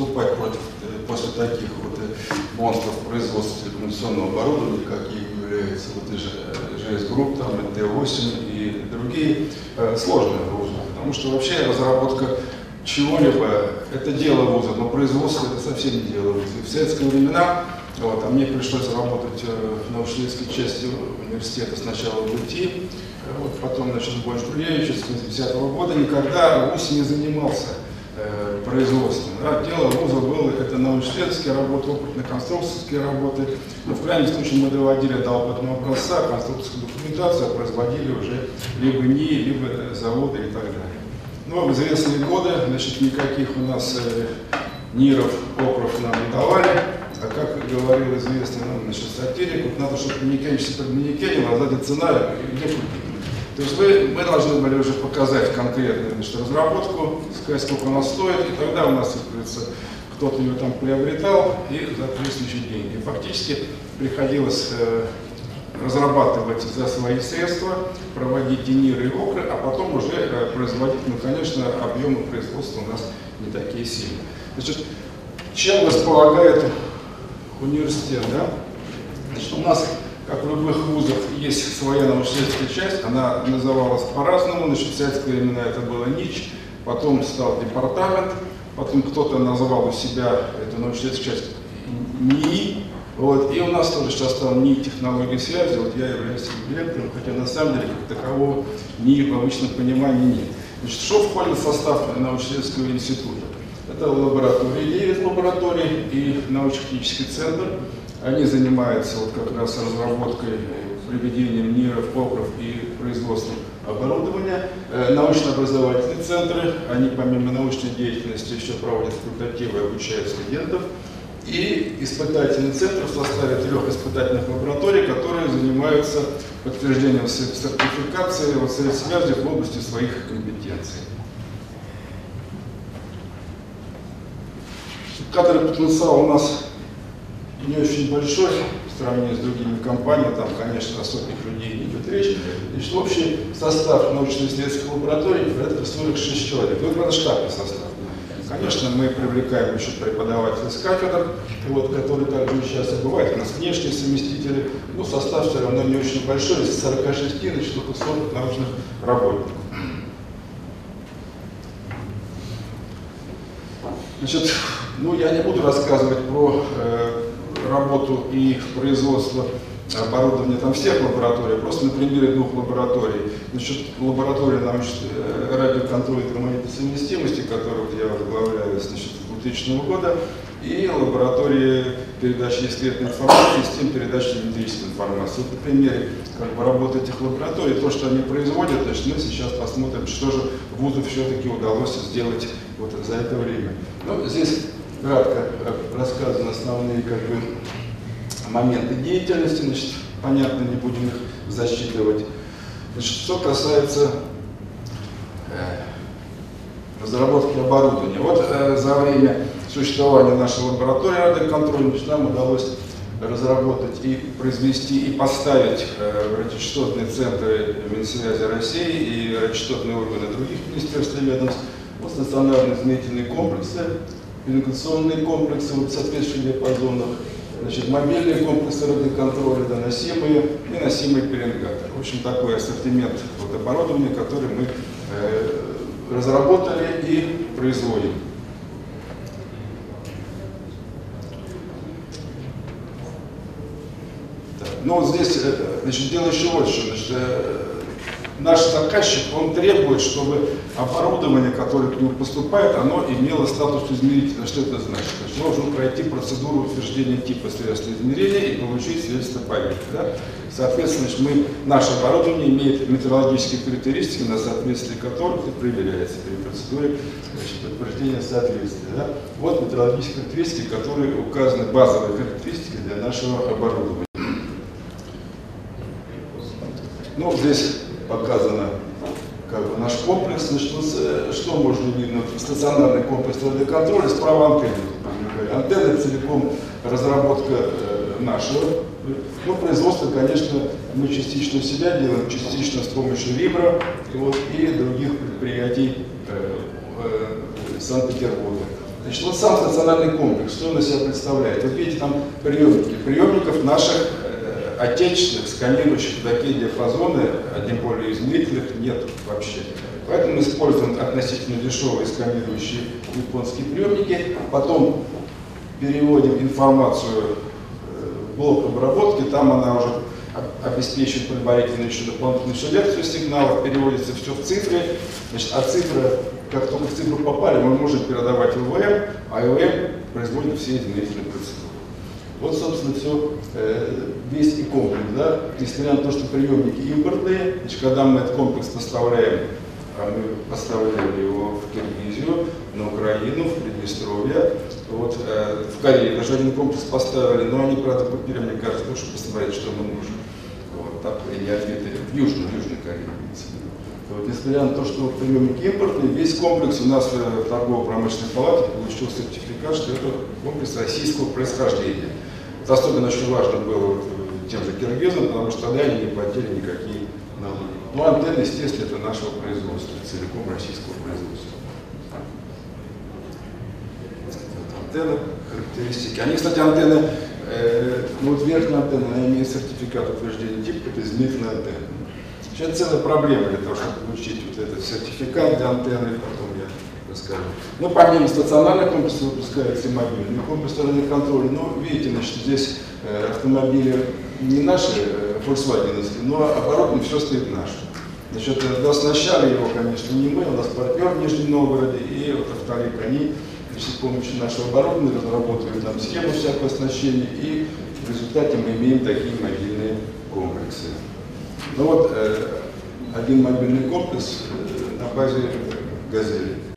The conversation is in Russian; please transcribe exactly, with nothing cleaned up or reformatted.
выступать против, после таких вот монстров производства телекоммуникационного оборудования, какие являются вот и джей эс Group, там, эн тэ восемь и другие, сложно вуза. Потому что вообще разработка чего-либо – это дело вуза, но производство – это совсем не дело вуза. В советские времена, вот, а мне пришлось работать в научно-исследовательской части университета сначала в ИТИ, вот, потом, значит, в Больш-Брулевиче с восьмидесятого года, никогда вуз не занимался э, производством. Да. Дело вуза было – это научно-исследовательские работы, опытно-конструкторские работы. Но, в крайнем случае, мы доводили до опытного образца, конструкторскую документацию, а производили уже либо НИИ, либо заводы и так далее. Но в известные годы, значит, никаких у нас э, НИРов, ОКРов нам не давали. А как говорил известный нам, значит, сатирик, вот надо, чтобы манекенщик под манекенем, а сзади цена где купить. То есть вы, мы должны были уже показать конкретную, значит, разработку, сказать, сколько она стоит, и тогда у нас, кто-то ее там приобретал и за соответствующие деньги. Фактически приходилось э, разрабатывать за свои средства, проводить и НИРы, и ОКРы, а потом уже э, производить, ну, конечно, объемы производства у нас не такие сильные. Значит, чем располагает университет, да? Значит, у нас, как в любых вузах, есть своя научно-исследовательская часть, она называлась по-разному, значит, в советские времена это было НИЧ, потом стал департамент, потом кто-то называл у себя эту научно-исследовательскую часть НИИ, вот, и у нас тоже сейчас стал НИИ технологии связи, вот я являюсь директором, хотя на самом деле как такового НИИ в обычном понимании нет. Значит, что входит в состав научно-исследовательского института? Это лаборатории, девять лабораторий и научно-технический центр. Они занимаются вот как раз разработкой, приведением НИРов, ОКРов и производством оборудования. Научно-образовательные центры, они помимо научной деятельности еще проводят факультативы и обучают студентов. И испытательный центр в составе трех испытательных лабораторий, которые занимаются подтверждением сертификации вот, средств связи в области своих компетенций. Кадровый потенциал у нас не очень большой в сравнении с другими компаниями, там, конечно, о сотнях людей не идет речь. Значит, общий состав научно-исследовательских лабораторий порядка сорок шесть человек. Ну, это штатный состав. Конечно, мы привлекаем еще преподавателей с кафедр, вот, которые также сейчас бывают. У нас внешние совместители, но состав все равно не очень большой, из сорока шести, значит, только сорок научных работников. Значит, ну, я не буду рассказывать про э, работу и производство оборудования там всех лабораторий, просто на примере двух лабораторий. Значит, лаборатория научной э, радиоконтроля и гармонийной совместимости, которую я возглавляю, значит, с двухтысячного года, и лаборатория передачи секретной информации, систем передачи телеметрической информации. Вот, на примере как бы, работы этих лабораторий, то, что они производят, значит, мы сейчас посмотрим, что же вузу все-таки удалось сделать вот за это время. Ну, здесь кратко рассказаны основные как бы, моменты деятельности, значит, понятно, не будем их засчитывать. Значит, что касается э, разработки оборудования. Вот э, за время существования нашей лаборатории радиоконтроля нам удалось разработать и произвести, и поставить э, в радиочастотные центры Минсвязи России и радиочастотные органы других министерств и ведомств вот, стационарные измерительные комплексы, коммуникационные комплексы в соответствующих диапазонах, значит, мобильные комплексы радиоконтроля, доносимые и носимые пеленгаторы. В общем, такой ассортимент вот, оборудования, который мы э, разработали и производим. Так, ну вот здесь, значит, дело еще вот что. Значит, наш заказчик, он требует, чтобы оборудование, которое к нему поступает, оно имело статус измерителя. Что это значит? Значит, нужно пройти процедуру утверждения типа средства измерения и получить свидетельство памяти. Да? Соответственно, значит, мы, наше оборудование имеет метрологические характеристики, на соответствие которых и проверяется при процедуре значит, подтверждения соответствия. Да? Вот метрологические характеристики, которые указаны, базовые характеристики для нашего оборудования. Ну, здесь показано как бы, наш комплекс. Значит, что можно видно? Стационарный комплекс радиоконтроля, справа антенны. Антенны целиком разработка э, нашего. Ну, производство, конечно, мы частично себя делаем, частично с помощью Вибро вот, и других предприятий э, э, Санкт-Петербурга. Значит, вот сам стационарный комплекс, что он из себя представляет? Вот видите, там приемники. Приемников наших э, отечественных, сканирующих такие диапазоны, тем более измерительных, нет вообще. Поэтому мы используем относительно дешевые сканирующие японские приемники, потом переводим информацию в блок обработки, там она уже обеспечивает предварительную еще дополнительную селекцию сигналов, переводится все в цифры. Значит, а цифры, как только в цифру попали, мы можем передавать в ИВМ, а ИВМ производит все измерительные процедуры. Вот, собственно, все, весь и комплекс. Да? Несмотря на то, что приемники импортные, значит, когда мы этот комплекс поставляем, а мы поставляли его в Киргизию, на Украину, в Приднестровье, вот, э, в Корее даже один комплекс поставили, но они, правда, купили, мне кажется, ну, чтобы посмотреть, что ему нужно. Вот, так и не ответили. В Южной, в Южной Корее. Вот, несмотря на то, что приемники импортные, весь комплекс у нас в торгово-промышленной палате получил сертификат, что это комплекс российского происхождения. Это особенно очень важно было тем же киргизам, потому что тогда они не платили никакие налоги. Ну, антенны, естественно, это нашего производства, целиком российского производства. Антенны, характеристики. Они, кстати, антенны, э, ну вот верхняя антенна, она имеет сертификат утверждения типа, это измерительная антенна. Это целая проблема для того, чтобы получить вот этот сертификат для антенны, потом я расскажу. Ну, помимо стационарных комплексов выпускается и мобильный комплекс контроля. Ну, видите, значит, здесь э, автомобили не наши, э, Volkswagen, но оборудование все стоит наше. Значит, э, оснащали его, конечно, не мы, у нас партнер в Нижнем Новгороде, и вот Автолик, они с помощью нашего оборудования разработали там схему всякого оснащения, и в результате мы имеем такие мобильные комплексы. Ну вот, э, один мобильный комплекс э, на базе «Газели».